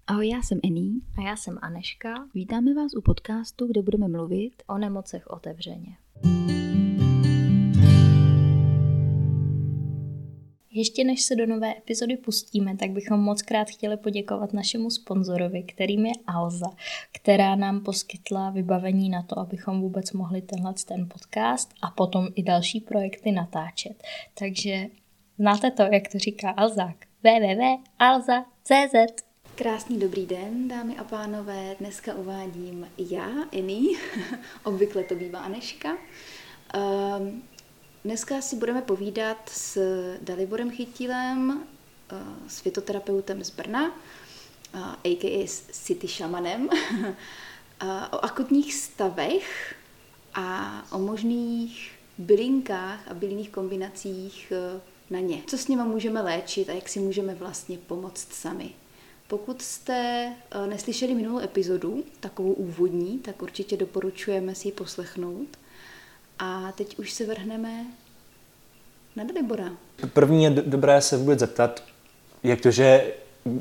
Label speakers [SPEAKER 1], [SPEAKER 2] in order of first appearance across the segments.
[SPEAKER 1] Ahoj, já jsem Ení.
[SPEAKER 2] A já jsem Aneška.
[SPEAKER 1] Vítáme vás u podcastu, kde budeme mluvit
[SPEAKER 2] o nemocech otevřeně. Ještě než se do nové epizody pustíme, tak bychom moc krát chtěli poděkovat našemu sponzorovi, kterým je Alza, která nám poskytla vybavení na to, abychom vůbec mohli ten podcast a potom i další projekty natáčet. Takže znáte to, jak to říká Alzák? www.alza.cz.
[SPEAKER 1] Krásný dobrý den, dámy a pánové. Dneska uvádím já, Ení. Obvykle to bývá Aneška. Dneska si budeme povídat s Daliborem Chytilem, s fytoterapeutem z Brna, a.k.a. s City šamanem, o akutních stavech a o možných bylinkách a bylinných kombinacích na ně. Co s nimi můžeme léčit a jak si můžeme vlastně pomoct sami. Pokud jste neslyšeli minulou epizodu, takovou úvodní, tak určitě doporučujeme si ji poslechnout. A teď už se vrhneme na Dalibora.
[SPEAKER 3] První je dobré se vůbec zeptat, jak to, že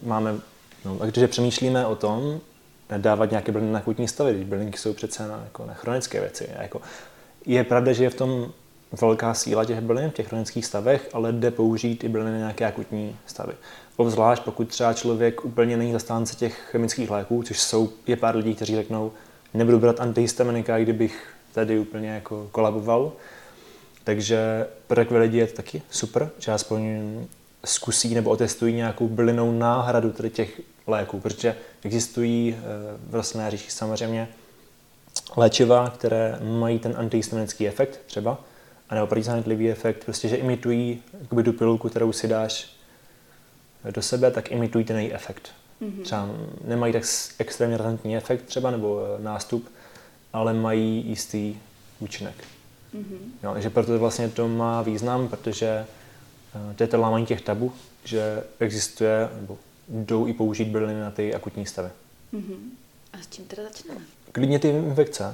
[SPEAKER 3] přemýšlíme o tom, dávat nějaké byliny na akutní stavy, když bylinky jsou přece na chronické věci. Je pravda, že je v tom velká síla těch bylin v těch chronických stavech, ale jde použít i byliny na nějaké akutní stavy. Obzvlášť pokud třeba člověk úplně není zastánce těch chemických léků, což je pár lidí, kteří řeknou, nebudu brát antihistaminika, kdybych tady úplně jako kolaboval. Takže pro takové lidi je to taky super, že aspoň zkusí nebo otestují nějakou bylinnou náhradu tady těch léků, protože existují v rostlinné říši samozřejmě léčiva, které mají ten antihistaminický efekt třeba, anebo protizánětlivý efekt, prostě že imitují tu pilulku, kterou si dáš do sebe, tak imitují ten její efekt. Mm-hmm. Třeba nemají tak extrémně razantní efekt třeba, nebo nástup, ale mají jistý účinek. Mm-hmm. Jo, takže proto vlastně to má význam, protože to je to lámání těch tabu, že existuje, nebo jdou i použít byliny na ty akutní stavy.
[SPEAKER 1] Mm-hmm. A s čím teda začneme?
[SPEAKER 3] Klidně ty infekce.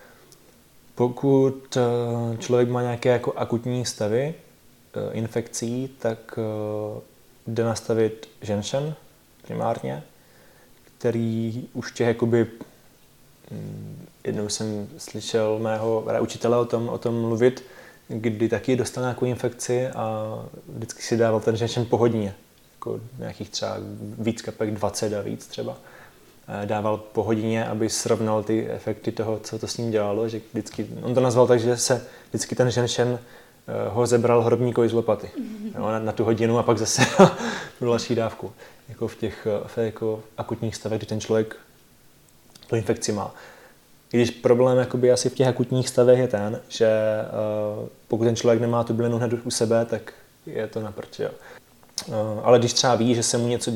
[SPEAKER 3] Pokud člověk má nějaké jako akutní stavy infekcí, tak jde nastavit ženšen primárně, který už těch jakoby, jednou jsem slyšel mého učitele o tom mluvit, kdy taky dostal nějakou infekci a vždycky si dával ten ženšen po hodině, jako nějakých třeba víc kapek, 20 a víc třeba. Dával po hodině, aby srovnal ty efekty toho, co to s ním dělalo. Že vždycky, on to nazval tak, že se vždycky ten ženšen ho zebral hrobníkovi z lopaty, jo, na tu hodinu a pak zase tu další dávku. Jako v těch jako akutních stavech, kdy ten člověk tu infekci má. Když problém jakoby asi v těch akutních stavech je ten, že pokud ten člověk nemá tu bylinu hned u sebe, tak je to na prd. Ale když třeba ví, že se mu něco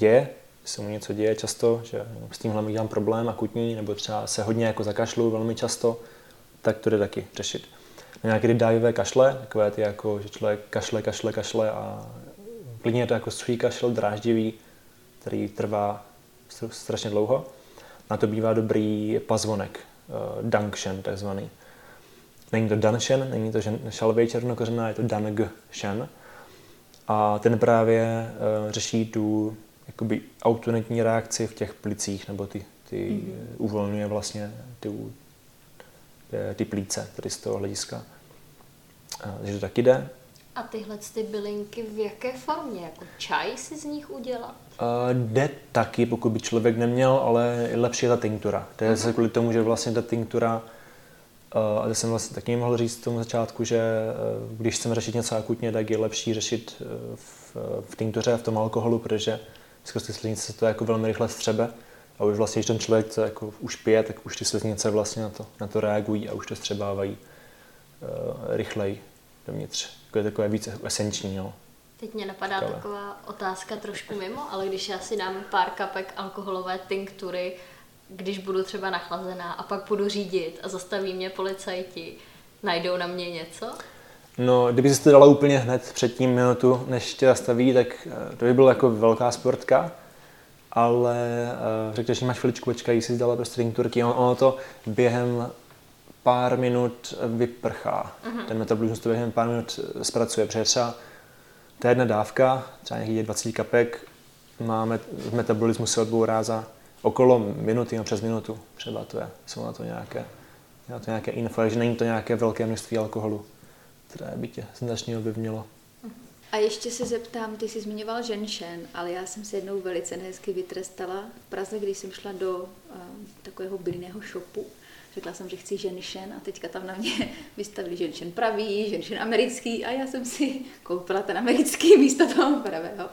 [SPEAKER 3] děje často, že s tímhle dělám problém akutní, nebo třeba se hodně jako zakašlu velmi často, tak to jde taky řešit. Nějaké dájové kašle, takové ty jako, že člověk kašle a klidně je to jako suchý kašel, dráždivý, který trvá strašně dlouho. Na to bývá dobrý pazvonek, dangshen takzvaný. Není to danshen, není to šalvej černokořená, je to dangshen. A ten právě řeší tu jakoby autoimunitní reakci v těch plicích, nebo ty uvolňuje vlastně ty plíce, tady z toho hlediska. Takže to taky jde.
[SPEAKER 2] A tyhle ty bylinky v jaké formě? Jako čaj si z nich udělat?
[SPEAKER 3] Jde taky, pokud by člověk neměl, ale lepší je ta tinktura. To je zase kvůli tomu, že vlastně ta tinktura, a to jsem vlastně taky mohl říct v tom začátku, že když chceme řešit něco akutně, tak je lepší řešit v tinktuře, v tom alkoholu, protože skrz ty sliznice se to jako velmi rychle střebe. A už vlastně, když ten člověk to jako už pije, tak už ty sliznice vlastně na to reagují a už to střebávají rychleji dovnitř. Je takové víc esenční. Jo.
[SPEAKER 2] Teď mě napadá taková otázka trošku mimo, ale když já si dám pár kapek alkoholové tinktury, když budu třeba nachlazená a pak budu řídit a zastaví mě policajti, najdou na mě něco?
[SPEAKER 3] No, kdyby si to dala úplně hned předtím minutu, než tě zastaví, tak to by byla jako velká sportka, ale řekl, že máš chviličku, počkej, jsi dala prostě tinkturky, ono to během pár minut vyprchá. Ten metabolismus to během pár minut zpracuje, protože třeba ta jedna dávka, třeba nějakých 20 kapek, máme metabolismu se odbourá za okolo minuty, no přes minutu. Třeba jsou na to nějaké info, takže není to nějaké velké množství alkoholu, které by tě značně ovlivnilo.
[SPEAKER 1] A ještě se zeptám, ty jsi zmiňoval ženšen, ale já jsem se jednou velice nehezky vytrestala v Praze, když jsem šla do takového bylinného shopu. Řekla jsem, že chci ženšen a teďka tam na mě vystavili ženšen pravý, ženšen americký a já jsem si koupila ten americký místo toho pravého.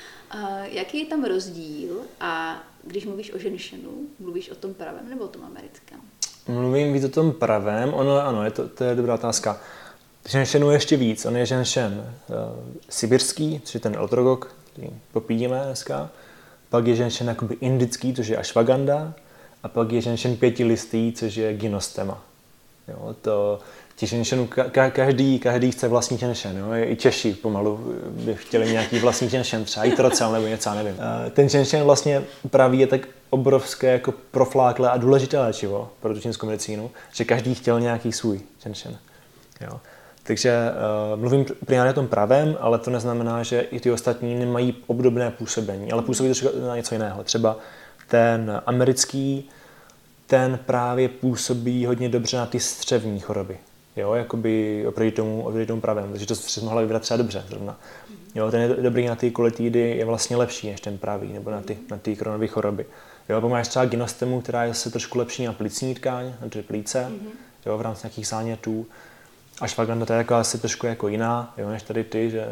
[SPEAKER 1] Jaký je tam rozdíl a když mluvíš o ženšenu, mluvíš o tom pravém nebo o tom americkém?
[SPEAKER 3] Mluvím víc o tom pravém, ano, to je dobrá otázka. Ženšenu je ještě víc, on je ženšen sibirský, což je ten Otrogok, který popíjíme dneska. Pak je ženšen jakoby indický, což je ashwagandha. A pak je ženšen 5listý, což je gynostema. Jo, ti ženšenů, každý chce vlastní ženšen. Jo? I Češi pomalu by chtěli nějaký vlastní ženšen, třeba jitrocel nebo něco, nevím. Ten ženšen vlastně pravý je tak obrovské jako profláklé a důležité léčivo pro tu čínskou medicínu, že každý chtěl nějaký svůj ženšen. Jo? Takže mluvím primárně o tom pravém, ale to neznamená, že i ty ostatní nemají obdobné působení, ale působí to na něco jiného. Třeba ten americký, ten právě působí hodně dobře na ty střevní choroby. Jo, jakoby oproti tomu pravému, takže to se mohla vybrat třeba dobře zrovna. Jo, ten je dobrý na ty kolitidy, je vlastně lepší než ten pravý, nebo na ty Crohnovy choroby. Jo, pak máš třeba gynostemu, která je zase trošku lepší na plicní tkáň, na ty plíce, jo, v rámci nějakých zánětů. Ashwagandha to je jako asi trošku jako jiná, jo, než tady ty, že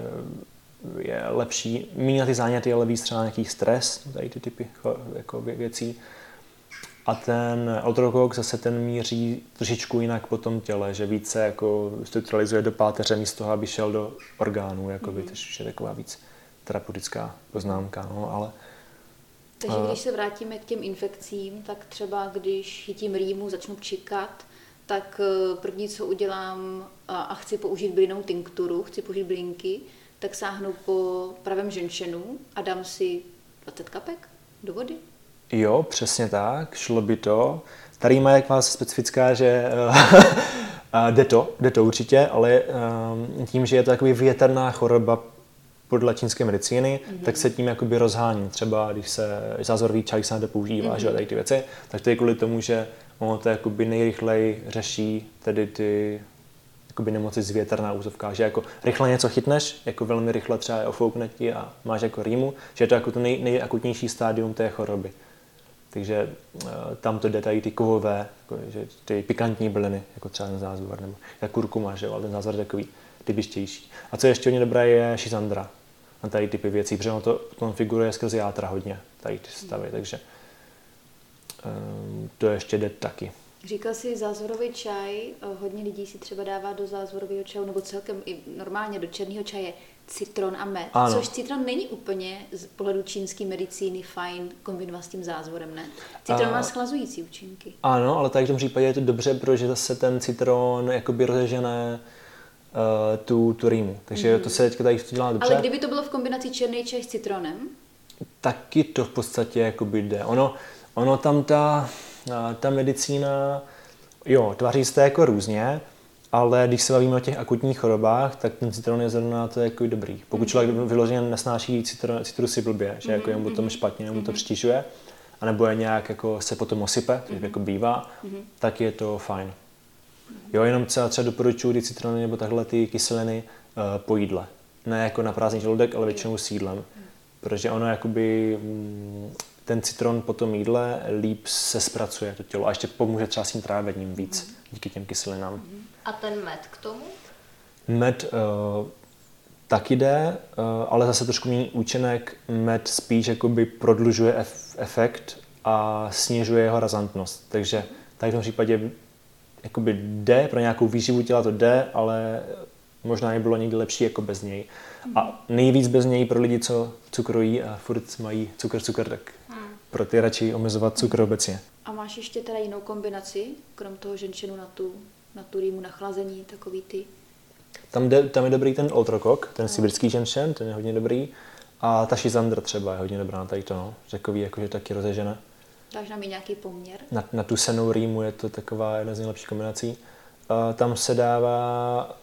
[SPEAKER 3] je lepší, méně na ty záněty, ale víc třeba na nějaký stres, tady ty typy jako věcí. A ten Otrogok zase ten míří trošičku jinak po tom těle, že více jako strukturalizuje do páteře místo toho, aby šel do orgánů, jakoby, což je taková víc terapeutická poznámka, no, ale...
[SPEAKER 1] Takže když se vrátíme k těm infekcím, tak třeba když chytím rýmu, začnu čikat, tak první, co udělám a chci použít bylinnou tinkturu, chci použít bylinky, tak sáhnu po pravém ženšenu a dám si 20 kapek do vody.
[SPEAKER 3] Jo, přesně tak, šlo by to. Tady má jak vás specifická, že jde to určitě, ale tím, že je to takový větrná choroba podle čínské medicíny, tak se tím jakoby rozhání. Třeba když se zázorový čaj se na to používá, že tady ty věci, tak to je kvůli tomu, že ono to jakoby nejrychleji řeší tedy ty jakoby nemoci z větrná úzovka, že jako rychle něco chytneš, jako velmi rychle třeba ofoukne ti a máš jako rýmu, že je to jako to nejakutnější stádium té choroby. Takže tam to jde tady ty kovové, jako, že ty pikantní byliny, jako třeba ten zázvor, nebo ta kurkuma, že jo, ale ten zázvor je takový typičtější. A co je ještě hodně dobré, je šizandra. A tady typy věcí, protože ono to konfiguruje skrze játra hodně, tady ty stavy, takže to ještě jde taky.
[SPEAKER 1] Říkal jsi zázorový čaj, hodně lidí si třeba dává do zázorového čaju, nebo celkem i normálně do černého čaje citron a med, ano. Což citron není úplně z pohledu čínské medicíny fajn kombinovat s tím zázvorem, ne? Citron má schlazující účinky.
[SPEAKER 3] Ano, ale tady v tom případě je to dobře, protože zase ten citron jakoby rozežené tu rýmu, takže to se teďka tady dělá dobře.
[SPEAKER 1] Ale kdyby to bylo v kombinaci černý čaj s citronem?
[SPEAKER 3] Taky to v podstatě jakoby jde. Ono tam ta medicína, jo, tváří se to jako různě, ale když se bavíme o těch akutních chorobách, tak ten citron je zrovna to jako dobrý. Pokud člověk vyloženě nesnáší citrusy blbě, že jako jemu potom špatně, jemu to přitěžuje, anebo je nějak jako se potom osype, což jako bývá, tak je to fajn. Jo, jenom třeba doporučuji ty citrony nebo takhle ty kyseliny po jídle. Ne jako na prázdný žaludek, ale většinou s jídlem. Protože ono jakoby ten citron po tom jídle líp se zpracuje to tělo a ještě pomůže třeba s tím trávením víc díky těm kyselinám.
[SPEAKER 2] A ten med k tomu?
[SPEAKER 3] Med taky jde, ale zase trošku méně účinek. Med spíš jakoby prodlužuje efekt a snižuje jeho razantnost. Takže tady v tom případě jakoby jde, pro nějakou výživu těla to jde, ale možná by bylo někdy lepší jako bez něj. A nejvíc bez něj pro lidi, co cukrují a furt mají cukr, tak pro ty radši omezovat cukr obecně.
[SPEAKER 1] A máš ještě teda jinou kombinaci, krom toho ženšenu na tu rýmu, na chlazení, takový ty?
[SPEAKER 3] Tam je dobrý ten Otrogok, ten sibirský ženšen, ten je hodně dobrý. A ta šizandra třeba je hodně dobrá na tady to, no. Takový jakože taky rozežené.
[SPEAKER 1] Dáš nám i nějaký poměr?
[SPEAKER 3] Na tu senou rýmu je to taková jedna z nejlepších kombinací. Tam se dává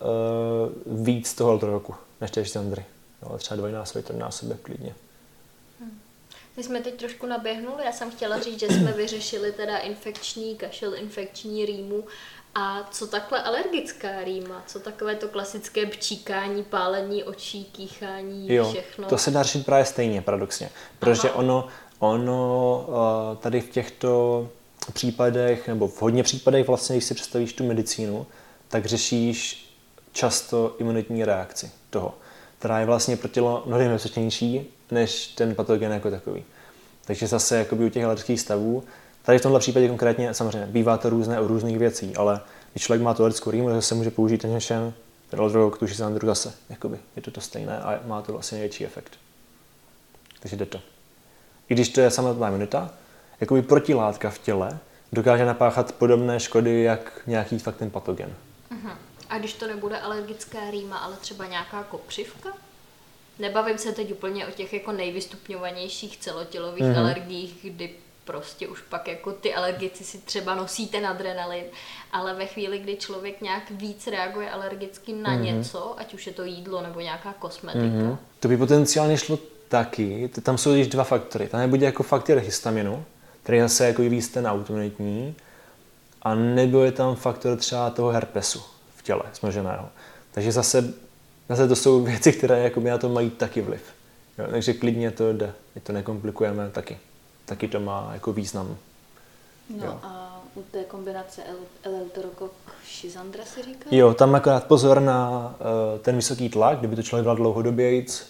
[SPEAKER 3] víc toho Otrogoku než té šizandry. No, třeba 2násobek, 3násobek klidně.
[SPEAKER 2] My jsme teď trošku naběhnuli, já jsem chtěla říct, že jsme vyřešili teda infekční kašel, infekční rýmu a co takhle alergická rýma, co takové to klasické bčíkání, pálení očí, kýchání, všechno.
[SPEAKER 3] To se dá řešit právě stejně, paradoxně, protože ono tady v těchto případech, nebo v hodně případech vlastně, když si představíš tu medicínu, tak řešíš často imunitní reakci toho, která je vlastně pro tělo mnohem nebezpečnější než ten patogen jako takový. Takže zase jakoby u těch alergických stavů, tady v tomhle případě konkrétně samozřejmě bývá to různé u různých věcí, ale když člověk má tu alergickou rýmu, tak se může použít ten žen, ten Eldrog, tu Šizandru zase, jakoby. Je to stejné a má to vlastně největší efekt. Takže jde to. I když to je samotná imunita, jakoby protilátka v těle dokáže napáchat podobné škody, jak nějaký fakt ten patogen.
[SPEAKER 2] Uh-huh. A když to nebude alergická rýma, ale třeba nějaká kopřivka? Nebavím se teď úplně o těch jako nejvystupňovanějších celotělových alergiích, kdy prostě už pak jako ty alergici si třeba nosí ten adrenalin, ale ve chvíli, kdy člověk nějak víc reaguje alergicky na něco, ať už je to jídlo nebo nějaká kosmetika.
[SPEAKER 3] To by potenciálně šlo taky, tam jsou již dva faktory. Tam je buď jako faktor histaminu, který je zase jako víc ten autoimunitní, a nebo je tam faktor třeba toho herpesu v těle smrženého. Takže zase to jsou věci, které jakoby na to mají taky vliv. Jo, takže klidně to jde, my to nekomplikujeme taky. Taky to má jako význam.
[SPEAKER 1] No jo. A u té kombinace Eleuterokok Šizandra se říká?
[SPEAKER 3] Jo, tam akorát pozor na ten vysoký tlak, kdyby to člověk dal dlouhodobějc,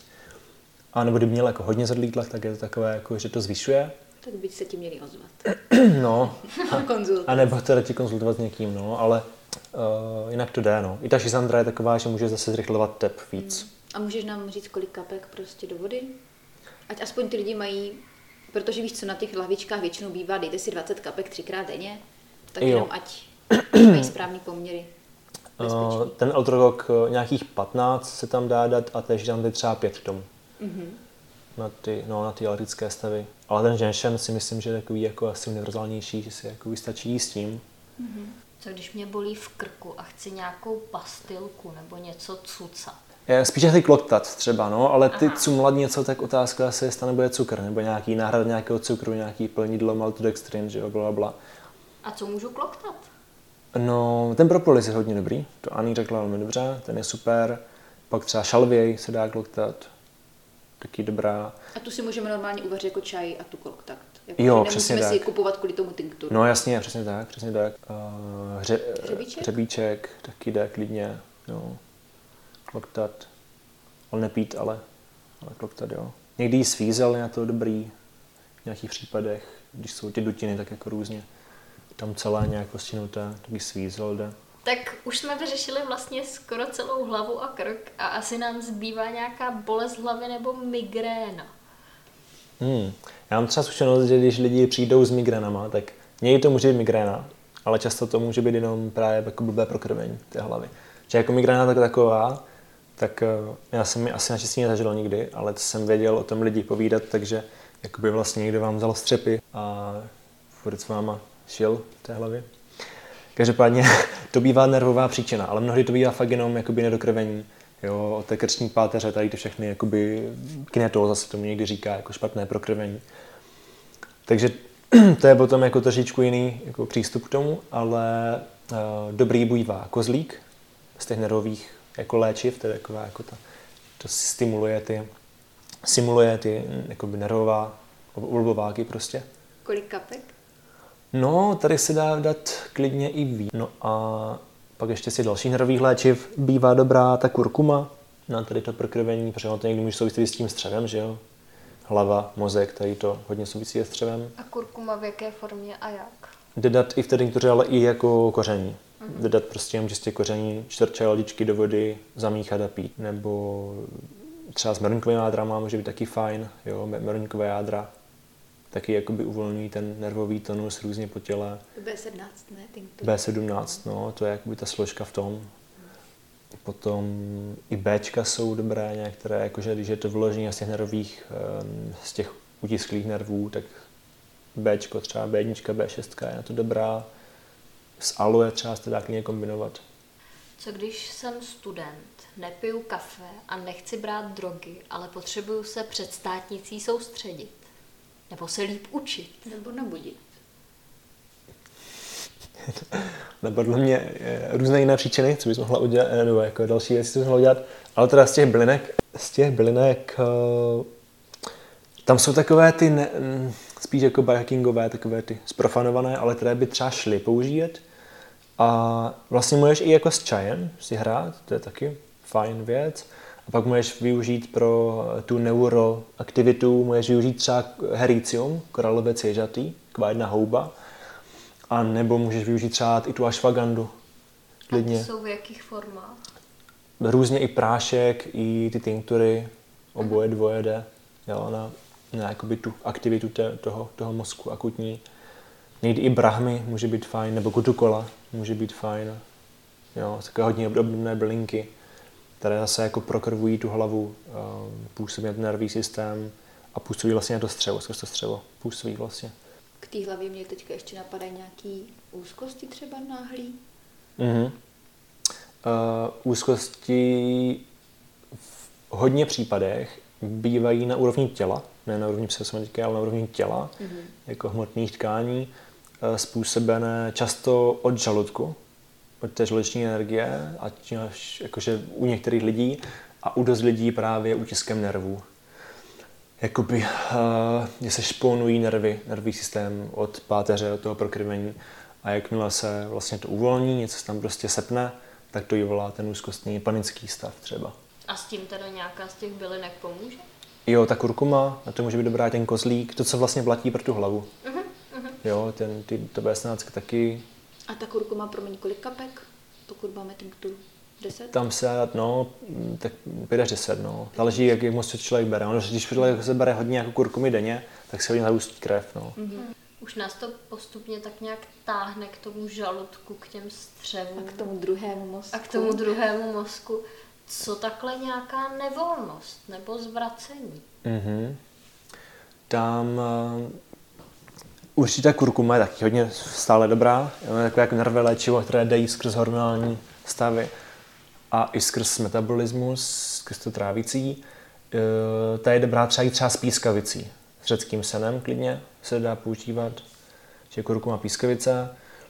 [SPEAKER 3] a nebo kdyby měl jako hodně zrlý tlak, tak je to takové, jako, že to zvyšuje.
[SPEAKER 1] Tak by se ti měli ozvat.
[SPEAKER 3] No. A nebo to radši konzultovat s někým, no, ale jinak to jde, no. I ta Šizandra je taková, že může zase zrychlovat tep víc.
[SPEAKER 1] A můžeš nám říct, kolik kapek prostě do vody? Ať aspoň ty lidi mají, protože víš co, na těch lahvičkách většinou bývá, dejte si 20 kapek 3x denně, tak jenom ať mají správný poměry.
[SPEAKER 3] Ten Eldrog nějakých 15 se tam dá dát a teď tam jde třeba 5 k tomu. Na ty alergické stavy. Ale ten ženšen si myslím, že je takový jako asi univerzálnější, že si jako vystačí s tím.
[SPEAKER 2] Co když mě bolí v krku a chci nějakou pastilku nebo něco cucat?
[SPEAKER 3] Spíš ty Kloktat třeba, no, ale ty cumlat něco, tak otázka asi, jestli nebude cukr, nebo nějaký náhrad nějakého cukru, nějaký plnidlo, maltodextrin, že jo, blablabla.
[SPEAKER 2] A co můžu kloktat?
[SPEAKER 3] No, ten propolis je hodně dobrý, to Ani řekla velmi dobře, ten je super. Pak třeba šalvěj se dá kloktat, taky dobrá.
[SPEAKER 1] A tu si můžeme normálně uvařit jako čaj a tu kloktakt. Jako,
[SPEAKER 3] jo, přesně tak.
[SPEAKER 1] Nemusíme si kupovat kvůli tomu tinkturu.
[SPEAKER 3] No jasně, přesně tak.
[SPEAKER 1] Hřebíček?
[SPEAKER 3] Hřebíček taky jde klidně, jo. Kloktat. Ale nepít, ale kloktat, jo. Někdy jí svízel je na to dobrý v nějakých případech, když jsou ty dutiny tak jako různě. Tam celé nějak postinuté, taky svízel jde.
[SPEAKER 2] Tak už jsme vyřešili vlastně skoro celou hlavu a krk a asi nám zbývá nějaká bolest hlavy nebo migréna.
[SPEAKER 3] Já mám třeba zkušenost, že když lidi přijdou s migrénama, tak někdy to může být migréna, ale často to může být jenom právě jako blbé prokrvení té hlavy. Že jako migréna taková, tak já jsem mi asi naštěstí nezažil nikdy, ale to jsem věděl o tom lidi povídat, takže jakoby vlastně někdo vám vzal střepy a furt s váma šil v té hlavě. Každopádně to bývá nervová příčina, ale mnohdy to bývá fakt jenom jakoby nedokrvení. Jo, od té krční páteře, tady ty všechny jakoby kinetóza se tomu někdy říká, jako špatné prokrvení. Takže to je potom jako trošičku jiný jako přístup k tomu, ale dobrý bývá kozlík z těch nervových jako léčiv, to je taková jako to simuluje ty jakoby nervová oblováky prostě.
[SPEAKER 1] Kolik kapek?
[SPEAKER 3] No, tady se dá dát klidně i víc. No a pak ještě si dalších nervových léčiv bývá dobrá ta kurkuma na tady to prokrvení, protože to někdy může souviset s tím střevem, že jo? Hlava, mozek, tady to hodně souvisí se střevem.
[SPEAKER 2] A kurkuma v jaké formě a jak?
[SPEAKER 3] Jde dát i v té tinktuře, ale i jako koření. Jde dát prostě jenom čistě koření, 4 čajové ledničky do vody, zamíchat a pít. Nebo třeba s meruňkovými jádrama může být taky fajn, jo, meruňkové jádra. Taky jakoby uvolňují ten nervový tonus různě po těle.
[SPEAKER 1] B17, ne? Tinktura.
[SPEAKER 3] B17, no, to je jakoby ta složka v tom. Potom i Bčka jsou dobré některé, jakože když je to vyložené z těch nervových, z těch utisklých nervů, tak Bčko, třeba B1, B6 je na to dobrá. S aloe třeba se dá klidně kombinovat.
[SPEAKER 2] Co když jsem student, nepiju kafe a nechci brát drogy, ale potřebuju se před státnicí soustředit? Nebo se líp učit.
[SPEAKER 1] Nebo nabudit.
[SPEAKER 3] Napadlo mě různé jiné příčiny, co bys mohla udělat, nebo jako další věci, co bys mohla udělat, ale teda z těch bylinek, tam jsou takové ty, spíš jako biohackingové, takové ty zprofanované, ale které by třeba šly použít. A vlastně můžeš i jako s čajem si hrát, to je taky fajn věc. A pak můžeš využít pro tu neuroaktivitu, můžeš využít třeba hericium, koralovec ježatý, taková jedna houba. A nebo můžeš využít třeba i tu ashwagandu. Klidně.
[SPEAKER 2] A to jsou v jakých formách?
[SPEAKER 3] Různě i prášek, i ty tinktury, oboje dvoje jde, jo, na jakoby tu aktivitu toho mozku akutní. Někdy i brahmy může být fajn, nebo kutukola může být fajn. Jo, takové hodně obdobné bylinky, které zase jako prokrvují tu hlavu, působí na ten nervový systém a působí vlastně na to střevo, skrz to střevo působí vlastně.
[SPEAKER 1] K té hlavě mě teďka ještě napadají nějaký úzkosti třeba náhlý.
[SPEAKER 3] Úzkosti v hodně případech bývají na úrovni těla, ne na úrovni psychosomatiky, ale na úrovni těla, jako hmotných tkání, způsobené často od žaludku, od té žaludeční energie, ať jakože u některých lidí a u dost lidí právě útiskem nervů. Jakoby, že se šponují nervový systém od páteře, od toho prokrvení a jakmile se vlastně to uvolní, něco se tam prostě sepne, tak to vyvolá ten úzkostný panický stav třeba.
[SPEAKER 2] A s tím teda nějaká z těch bylinek pomůže?
[SPEAKER 3] Jo, ta kurkuma, a to může být dobrá, ten kozlík, to, co vlastně platí pro tu hlavu. Jo, to B12 taky.
[SPEAKER 1] A ta kurkuma, promiň, kolik kapek, pokud máme tinkturu? 10?
[SPEAKER 3] Tam se dát, tak 5 až 10, záleží, jak moc se člověk bere. Když člověk se bere hodně jako kurkumy denně, tak se hodně zarůstí krev,
[SPEAKER 2] Už nás to postupně tak nějak táhne k tomu žaludku, k těm střevům.
[SPEAKER 1] A k tomu druhému mozku.
[SPEAKER 2] Co takhle nějaká nevolnost nebo zvracení?
[SPEAKER 3] Tam určitě kurkuma je taky hodně stále dobrá. Je takové jako nervové léčivo, které dají skrz hormonální stavy a i skrz metabolismus, skrz to trávicí. Ta je dobrá třeba s pískavicí. S řeckým senem klidně se dá používat. Že kurkuma pískavice.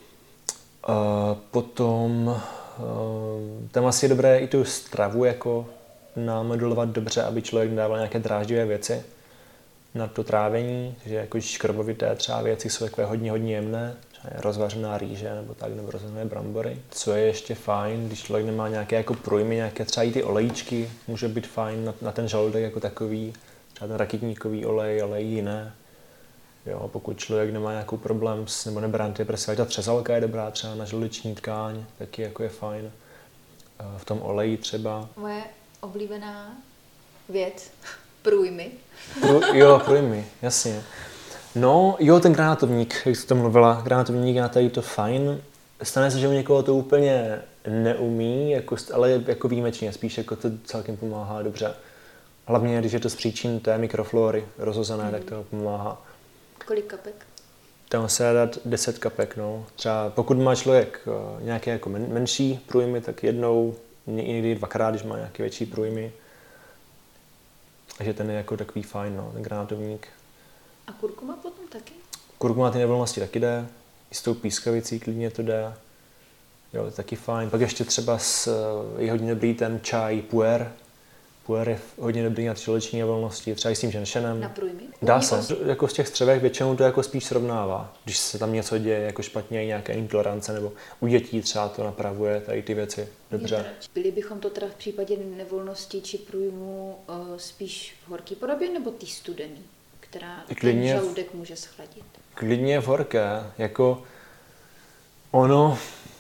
[SPEAKER 3] Potom tam asi je dobré i tu stravu jako namodulovat dobře, aby člověk nedával nějaké dráždivé věci na to trávení, takže jako škrobovité třeba věci jsou takové hodně jemné, třeba rozvařená rýže nebo tak, nebo rozvařené brambory. Co je ještě fajn, když člověk nemá nějaké jako průjmy, nějaké třeba i ty olejčky, může být fajn na ten žaludek jako takový, třeba ten rakitníkový olej, ale i jiné. Jo, pokud člověk nemá nějaký problém nebo nebere antidepresiva, ta třezalka je dobrá třeba na žaludeční tkáň, taky jako je fajn. V tom oleji třeba.
[SPEAKER 1] Moje oblíbená věc, průjmy.
[SPEAKER 3] Průjmy, jasně. No, ten granátovník, jak jsi to mluvila, granátovník je na tady to fajn. Stane se, že u někoho to úplně neumí, ale jako výjimečně, spíš jako to celkem pomáhá dobře. Hlavně, když je to z příčin té mikroflory rozhozené, tak to pomáhá.
[SPEAKER 1] Kolik kapek?
[SPEAKER 3] Tam se dá dát 10 kapek, Třeba pokud má člověk nějaké jako menší průjmy, tak jednou, někdy dvakrát, když má nějaké větší průjmy. Takže ten je jako takový fajn, ten granátovník.
[SPEAKER 1] A kurkuma potom taky?
[SPEAKER 3] Kurkuma ty nevolnosti taky jde. I s tou pískavicí klidně to jde. Jo, to je taky fajn. Pak ještě třeba je hodně dobrý ten čaj puer. Puer je hodně dobrý na žaludeční nevolnosti, třeba i s tím ženšenem.
[SPEAKER 1] Na průjmy?
[SPEAKER 3] Dá se. Jako z těch střevech většinou to jako spíš srovnává. Když se tam něco děje jako špatně, nějaké intolerance, nebo u dětí třeba to napravuje, tady ty věci dobře.
[SPEAKER 1] Byli bychom to teda v případě nevolnosti či průjmu spíš v horké podobě, nebo ty studený, která ten žaludek může schladit?
[SPEAKER 3] Klidně v horké, jako ono...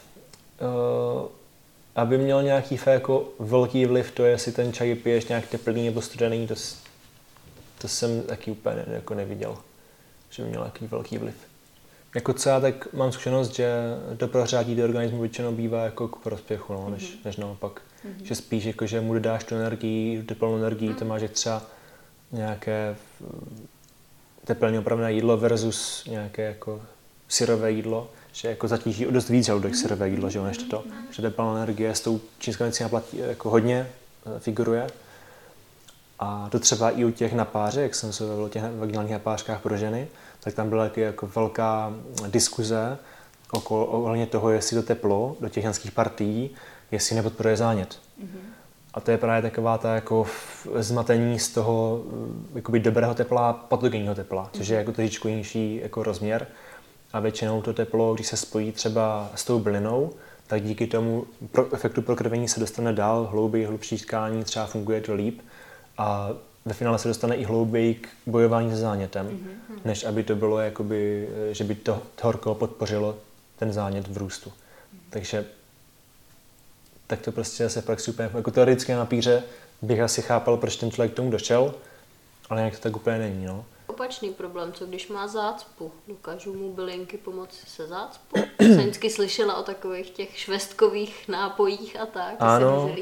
[SPEAKER 3] aby měl nějaký jako velký vliv, to je, jestli ten čaj piješ nějak teplný nebo studený, to jsem taky úplně jako neviděl, že by měl nějaký velký vliv. Jako co já tak mám zkušenost, že to prohřátí do organismu většinou bývá jako k prospěchu, než naopak. Že spíš jako, že mu dodáš tu energii, tu teplnou energii, to máš třeba nějaké teplně opravné jídlo versus nějaké jako syrové jídlo, že jako zatíží o dost víc žaludek syrové jídlo, že než to. Že teplná energie s tou čínskou medicínou platí jako hodně figuruje. A to třeba i u těch napářek, jak jsem se bavil o těch vaginálních napářkách pro ženy, tak tam byla taky jako velká diskuze ohledně toho, jestli to teplo do těch ženských partií, jestli nepodporuje zánět. A to je právě taková ta jako zmatení z toho jakoby dobrého tepla a patogenního tepla, což je jako trošičku jiný jako rozměr. A většinou to teplo, když se spojí třeba s tou bylinou, tak díky tomu efektu prokrvení se dostane dál, hlouběji, hlubší tkání, třeba funguje to líp a ve finále se dostane i hlouběji k bojování se zánětem, než aby to bylo jakoby, že by to horko podpořilo ten zánět v růstu. Takže tak to prostě se v praxi úplně, jako teoreticky na papíře bych asi chápal, proč ten člověk k tomu došel, ale nějak to tak úplně není, no.
[SPEAKER 4] Opačný problém, co když má zácpu? Dokážou mu bylinky pomoci se zácpou? Jsem vždycky slyšela o takových těch švestkových nápojích a tak.
[SPEAKER 3] Ano,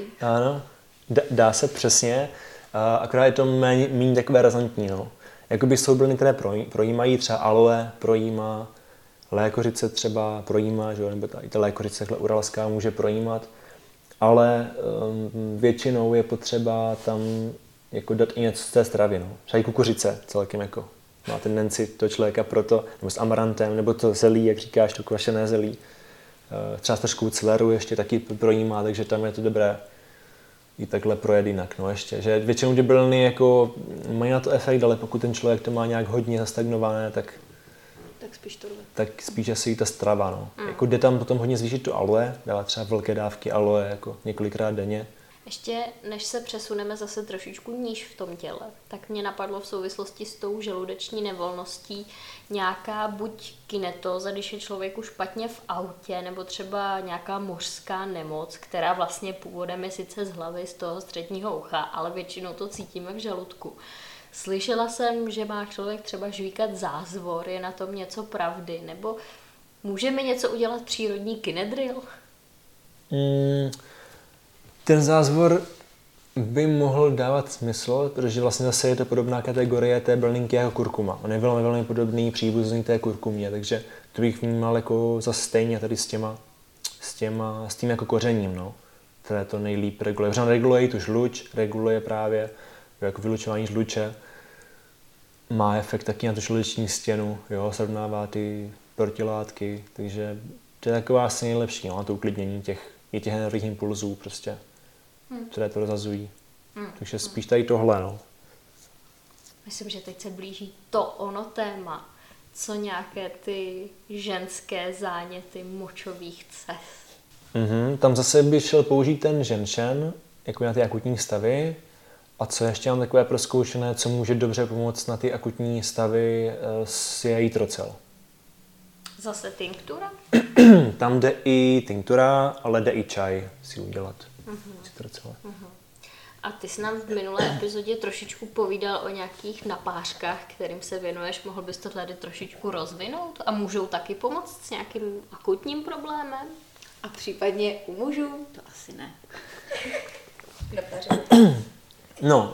[SPEAKER 3] dá se přesně, akorát je to méně takové razantní, no. Jakoby jsou byliny, které projímají, třeba aloe projímá, lékořice třeba projímá, že jo, nebo i ta lékořice uralská může projímat, ale většinou je potřeba tam jako dát i něco z té stravy, no. Třeba i kukuřice celkem jako má tendenci to člověka proto, nebo s amarantem, nebo to zelí, jak říkáš, to kvašené zelí. Třeba s trošku celeru ještě taky projímá, takže tam je to dobré i takhle projet jinak, no ještě. Že většinou ty byliny jako mají na to efekt, ale pokud ten člověk to má nějak hodně zastagnované, tak
[SPEAKER 1] spíš tohle.
[SPEAKER 3] Tak spíš asi i ta strava, no. Jako jde tam potom hodně zvýšit to aloe, dávat třeba velké dávky aloe jako několikrát denně.
[SPEAKER 4] Ještě než se přesuneme zase trošičku níž v tom těle, tak mě napadlo v souvislosti s tou žaludeční nevolností nějaká buď kinetóza, když je člověku špatně v autě, nebo třeba nějaká mořská nemoc, která vlastně původem je sice z hlavy, z toho středního ucha, ale většinou to cítíme v žaludku. Slyšela jsem, že má člověk třeba žvíkat zázvor, je na tom něco pravdy, nebo může mi něco udělat přírodní kinedril?
[SPEAKER 3] Ten zázvor by mohl dávat smysl, protože vlastně zase je to podobná kategorie té bylinky jako kurkuma. On je velmi, velmi podobný příbuzný té kurkumě, takže to bych vnímal jako zase stejně tady s tím jako kořením, no, které to nejlíp reguluje. Protože on reguluje i tu žluč, reguluje právě jako vylučování žluče, má efekt taky na tu žludeční stěnu, jo, srovnává ty protilátky, takže to je taková asi nejlepší, no, na to uklidnění těch nervových impulzů prostě, které to rozhazují. Takže spíš tady tohle, no.
[SPEAKER 4] Myslím, že teď se blíží to ono téma, co nějaké ty ženské záněty močových cest.
[SPEAKER 3] Tam zase by šel použít ten ženšen, jako na ty akutní stavy. A co ještě mám takové prozkoušené, co může dobře pomoct na ty akutní stavy, je jitrocel.
[SPEAKER 4] Zase tinktura?
[SPEAKER 3] Tam jde i tinktura, ale jde i čaj si udělat.
[SPEAKER 4] A ty jsi nám v minulé epizodě trošičku povídal o nějakých napářkách, kterým se věnuješ. Mohl bys to tady trošičku rozvinout? A můžou taky pomoct s nějakým akutním problémem?
[SPEAKER 1] A případně u mužů? To asi ne.
[SPEAKER 3] No.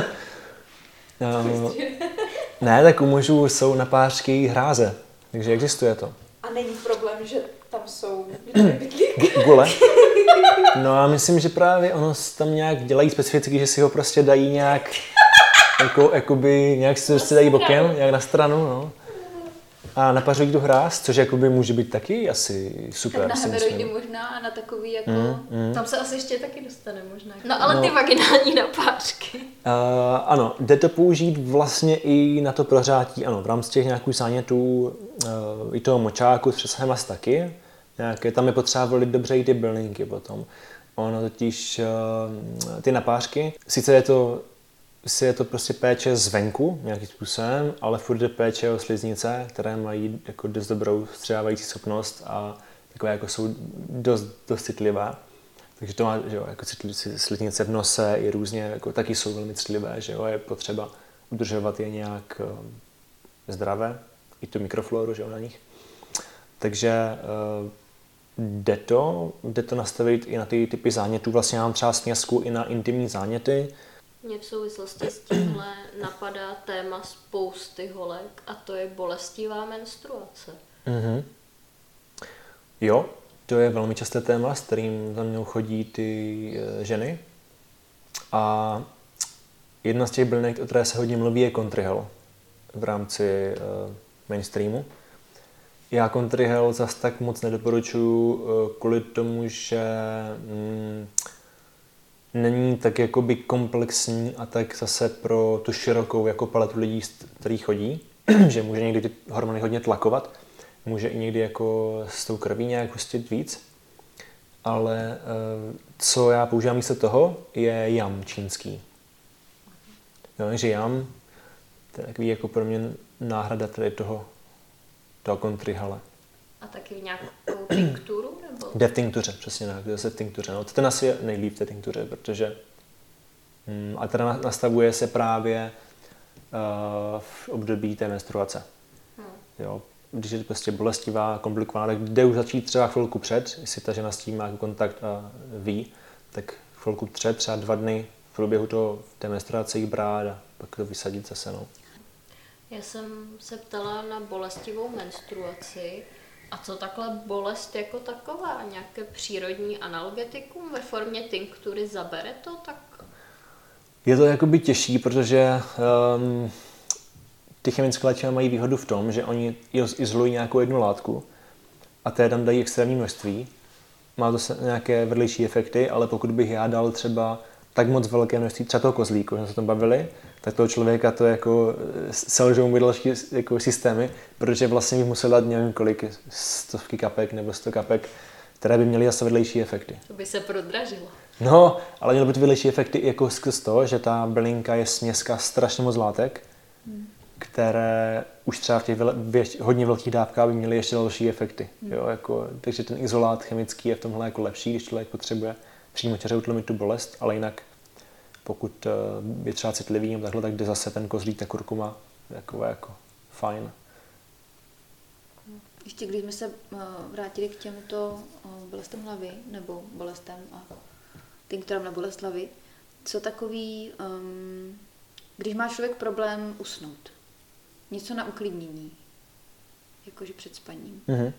[SPEAKER 3] Ne, tak u mužů jsou napářky hráze, takže existuje to.
[SPEAKER 1] A není problém, že tam jsou
[SPEAKER 3] gule. No a myslím, že právě ono tam nějak dělají specificky, že si ho prostě dají nějak, jakoby, nějak si to dají bokem, nějak na stranu, no. A napařují tu hráz, což jakoby může být taky asi super.
[SPEAKER 1] Tak na hemeroidy možná a na takový jako...
[SPEAKER 4] Tam se asi ještě taky dostane možná. No ale ty vaginální napářky.
[SPEAKER 3] Ano, jde to použít vlastně i na to prohřátí, ano, v rámci těch nějakých zánětů i toho močáku s přesahem asi taky. Nějaké, tam je potřeba volit dobře i ty bylinky potom. Ono totiž ty napářky, sice je to prostě péče zvenku nějakým způsobem, ale furt je péče o sliznice, které mají jako dost dobrou střevávající schopnost a takové jako jsou dost citlivé. Takže to má, že jo, jako sliznice v nose i různě, jako taky jsou velmi citlivé, že jo, je potřeba udržovat je nějak zdravé, i tu mikrofloru, že jo, na nich. Takže jde to nastavit i na ty typy zánětů, vlastně mám třeba směsku i na intimní záněty.
[SPEAKER 4] Mě v souvislosti s tímhle napadá téma spousty holek a to je bolestivá menstruace.
[SPEAKER 3] Jo, to je velmi časté téma, s kterým za mnou chodí ty ženy. A jedna z těch bylinek, o které se hodně mluví, je Contrahel v rámci mainstreamu. Já Contrahel zas tak moc nedoporučuji kvůli tomu, že není tak jakoby komplexní a tak zase pro tu širokou jako paletu lidí, který chodí, že může někdy ty hormony hodně tlakovat, může i někdy jako s tou krví nějak hustit víc, ale co já používám místo toho, je jam čínský. Jo, že jam, to je takový jako pro mě náhrada tady toho Contrahela.
[SPEAKER 4] A taky v nějakou tinkturu? Nebo?
[SPEAKER 3] Jde v tinktuře, přesně tak, jde se v tinktuře. No, ten asi je nejlíp v té tinktuře, protože a teda nastavuje se právě v období té menstruace. Jo, když je prostě bolestivá, komplikovaná, tak jde už začít třeba chvilku před, jestli ta žena s tím má kontakt a ví, tak chvilku před, třeba 2 dny v průběhu té menstruace jich brát a pak to vysadit zase. No.
[SPEAKER 4] Já jsem se ptala na bolestivou menstruaci. A co takhle bolest jako taková? Nějaké přírodní analgetikum ve formě tinktury zabere to? Tak...
[SPEAKER 3] Je to jakoby těžší, protože ty chemické léčiva mají výhodu v tom, že oni izolují nějakou jednu látku a té tam dají extrémní množství. Má to nějaké vedlejší efekty, ale pokud bych já dal třeba tak moc velké množství, třeba toho kozlíku, že jsme se tom bavili, tak toho člověka to jako selžou mi další jako systémy, protože vlastně bych musel dát nevím kolik, 100 kapek nebo 100 kapek, které by měly zase vedlejší efekty.
[SPEAKER 4] To by se prodražilo.
[SPEAKER 3] No, ale měly by ty vedlejší efekty jako skrz to, že ta bylinka je směska strašně moc látek, které už třeba v těch hodně velkých dávkách by měly ještě další efekty. Jo, jako, takže ten izolát chemický je v tomhle jako lepší, když člověk potřebuje přímo utlumit tu bolest, ale jinak pokud je třeba citlivý nebo takhle, tak jde zase ten kozlík, ta kurkuma, jako fajn.
[SPEAKER 1] Ještě když jsme se vrátili k těmto bolestem hlavy, nebo bolestem a tinkturám na bolest hlavy, co takový, když má člověk problém usnout, něco na uklidnění, jakože před spaním.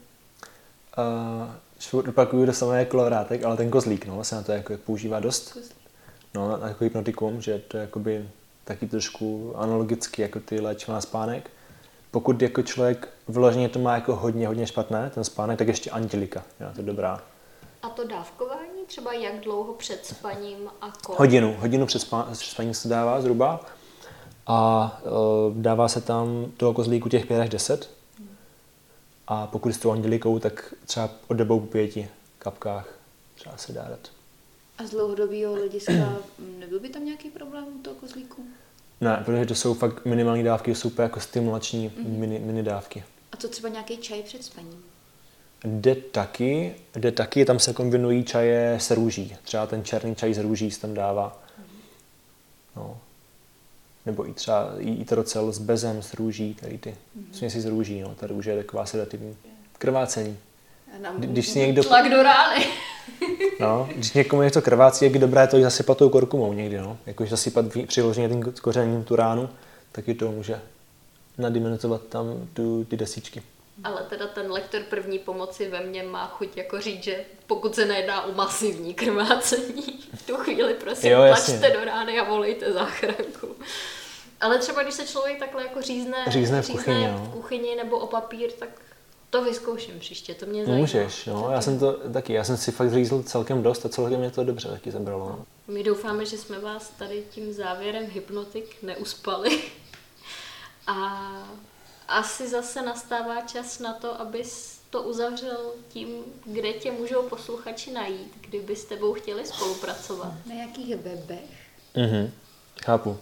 [SPEAKER 3] Opakuju do samé kolovrátek, ale ten kozlík, no, se na to jako používá dost.
[SPEAKER 1] Kozlík.
[SPEAKER 3] No, jako hypnotikum, že to je jakoby taky trošku analogicky jako ty léčiva na spánek. Pokud jako člověk vyloženě to má jako hodně špatné, ten spánek, tak ještě antilika, jo, to je dobrá.
[SPEAKER 4] A to dávkování třeba jak dlouho před spaním a kolik?
[SPEAKER 3] Hodinu před spaním se dává zhruba a dává se tam toho kozlíku těch 5 až 10. A pokud s tou angelikou, tak třeba oddobou po 5 kapkách třeba se dá dát.
[SPEAKER 1] A z dlouhodobého hlediska nebyl by tam nějaký problém u toho kozlíku?
[SPEAKER 3] Ne, protože to jsou fakt minimální dávky, to jsou úplně jako stimulační mini dávky.
[SPEAKER 1] A co třeba nějaký čaj před spaním?
[SPEAKER 3] Jde taky, tam se kombinují čaje s růží. Třeba ten černý čaj s růží se tam dává. No. Nebo i třeba jitrocel s bezem, s růží, tady ty směsi z růží, no. Ta růže je taková sedativní. Krvácení. Když si někdo...
[SPEAKER 4] Tlak do rány.
[SPEAKER 3] No, když někomu něco krvácí, jak je dobré to i zasypat tou kurkumou někdy, no. Jakože zasypat přiloženě tím kořením tu ránu, taky to může nadimenzovat tam ty desíčky.
[SPEAKER 4] Ale teda ten lektor první pomoci ve mně má chuť jako říct, že pokud se nejedná o masivní krvácení, v tu chvíli prosím tlačte do rány a volejte záchranku. Ale třeba když se člověk takhle jako řízne v kuchyni nebo o papír, tak to vyzkouším příště, to mě zajímá.
[SPEAKER 3] Můžeš, no, já jsem si fakt řízl celkem dost a celkem mě to dobře taky zabralo. No.
[SPEAKER 4] My doufáme, že jsme vás tady tím závěrem hypnotik neuspali. A asi zase nastává čas na to, abys to uzavřel tím, kde tě můžou posluchači najít, kdyby s tebou chtěli spolupracovat.
[SPEAKER 1] Na jakých webech?
[SPEAKER 3] Chápu.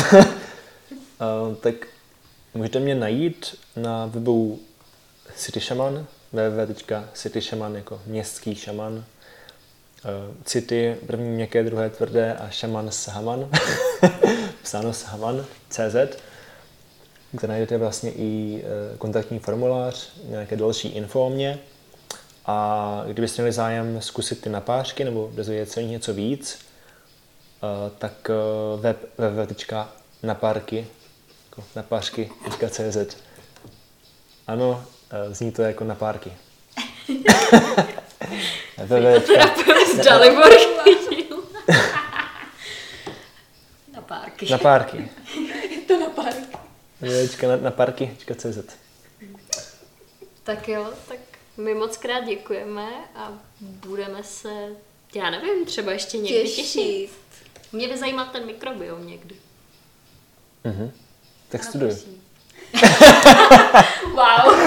[SPEAKER 3] Tak můžete mě najít na webu City Shaman, www.cityshaman jako městský šaman. City, první měkké, druhé tvrdé a šaman s haman, psáno s haman.cz, kde najdete vlastně i kontaktní formulář, nějaké další info o mě. A kdybyste měli zájem zkusit ty napářky nebo dozvědět se něco víc, tak web www.napárky.cz. Ano, zní to jako napárky.
[SPEAKER 4] Dalibor chytil. Napárky. párky.
[SPEAKER 3] Na párky.
[SPEAKER 1] Je to na párky.
[SPEAKER 3] Na párky.cz.
[SPEAKER 4] Tak jo, tak my moc krát děkujeme a budeme se, já nevím, třeba ještě někdy těšit. Mě by zajímal ten mikrobiom někdy.
[SPEAKER 3] Tak studuju.
[SPEAKER 4] Wow.